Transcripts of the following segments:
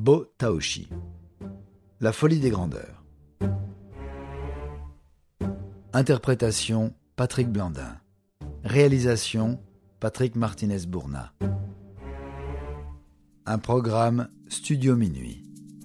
Bo-Taoshi. La folie des grandeurs. Interprétation Patrick Blandin. Réalisation Patrick Martinez-Bourna. Un programme Studio Minuit.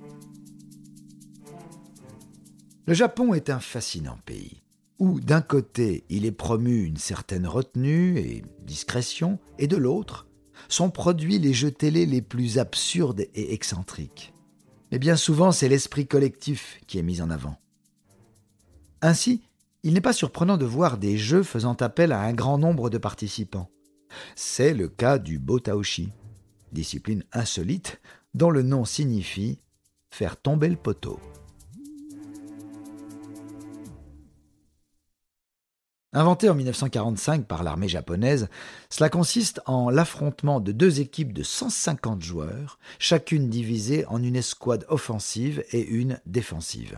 Le Japon est un fascinant pays, où d'un côté il est promu une certaine retenue et discrétion, et de l'autre sont produits les jeux télé les plus absurdes et excentriques. Mais bien souvent c'est l'esprit collectif qui est mis en avant. Ainsi, il n'est pas surprenant de voir des jeux faisant appel à un grand nombre de participants. C'est le cas du Bo-Taoshi, discipline insolite dont le nom signifie « faire tomber le poteau ». Inventé en 1945 par l'armée japonaise, cela consiste en l'affrontement de deux équipes de 150 joueurs, chacune divisée en une escouade offensive et une défensive.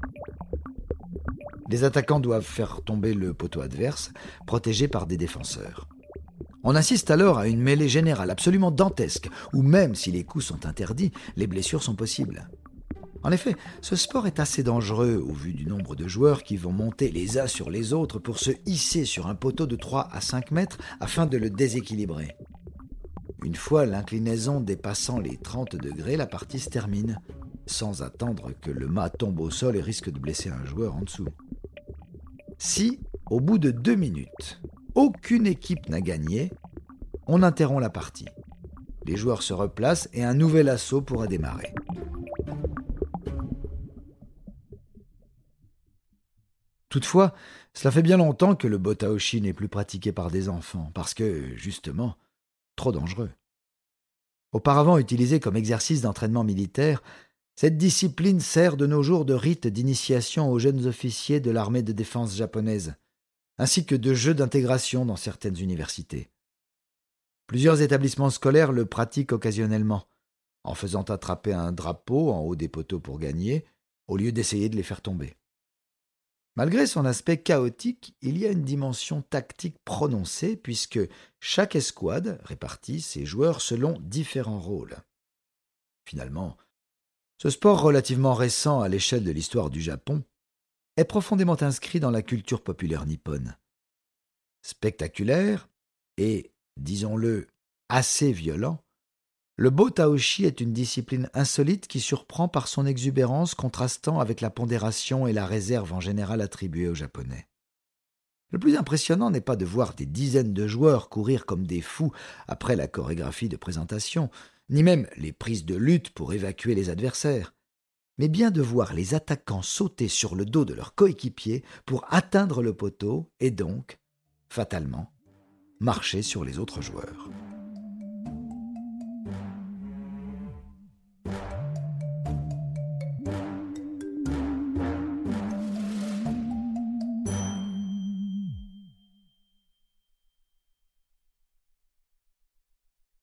Les attaquants doivent faire tomber le poteau adverse, protégé par des défenseurs. On assiste alors à une mêlée générale absolument dantesque, où même si les coups sont interdits, les blessures sont possibles. En effet, ce sport est assez dangereux au vu du nombre de joueurs qui vont monter les uns sur les autres pour se hisser sur un poteau de 3 à 5 mètres afin de le déséquilibrer. Une fois l'inclinaison dépassant les 30 degrés, la partie se termine, sans attendre que le mât tombe au sol et risque de blesser un joueur en dessous. Si, au bout de 2 minutes, aucune équipe n'a gagné, on interrompt la partie. Les joueurs se replacent et un nouvel assaut pourra démarrer. Toutefois, cela fait bien longtemps que le Bo-Taoshi n'est plus pratiqué par des enfants, parce que, justement, trop dangereux. Auparavant utilisé comme exercice d'entraînement militaire, cette discipline sert de nos jours de rite d'initiation aux jeunes officiers de l'armée de défense japonaise, ainsi que de jeu d'intégration dans certaines universités. Plusieurs établissements scolaires le pratiquent occasionnellement, en faisant attraper un drapeau en haut des poteaux pour gagner, au lieu d'essayer de les faire tomber. Malgré son aspect chaotique, il y a une dimension tactique prononcée puisque chaque escouade répartit ses joueurs selon différents rôles. Finalement, ce sport relativement récent à l'échelle de l'histoire du Japon est profondément inscrit dans la culture populaire nippone. Spectaculaire et, disons-le, assez violent, le Bo-Taoshi est une discipline insolite qui surprend par son exubérance contrastant avec la pondération et la réserve en général attribuées aux Japonais. Le plus impressionnant n'est pas de voir des dizaines de joueurs courir comme des fous après la chorégraphie de présentation, ni même les prises de lutte pour évacuer les adversaires, mais bien de voir les attaquants sauter sur le dos de leurs coéquipiers pour atteindre le poteau et donc, fatalement, marcher sur les autres joueurs.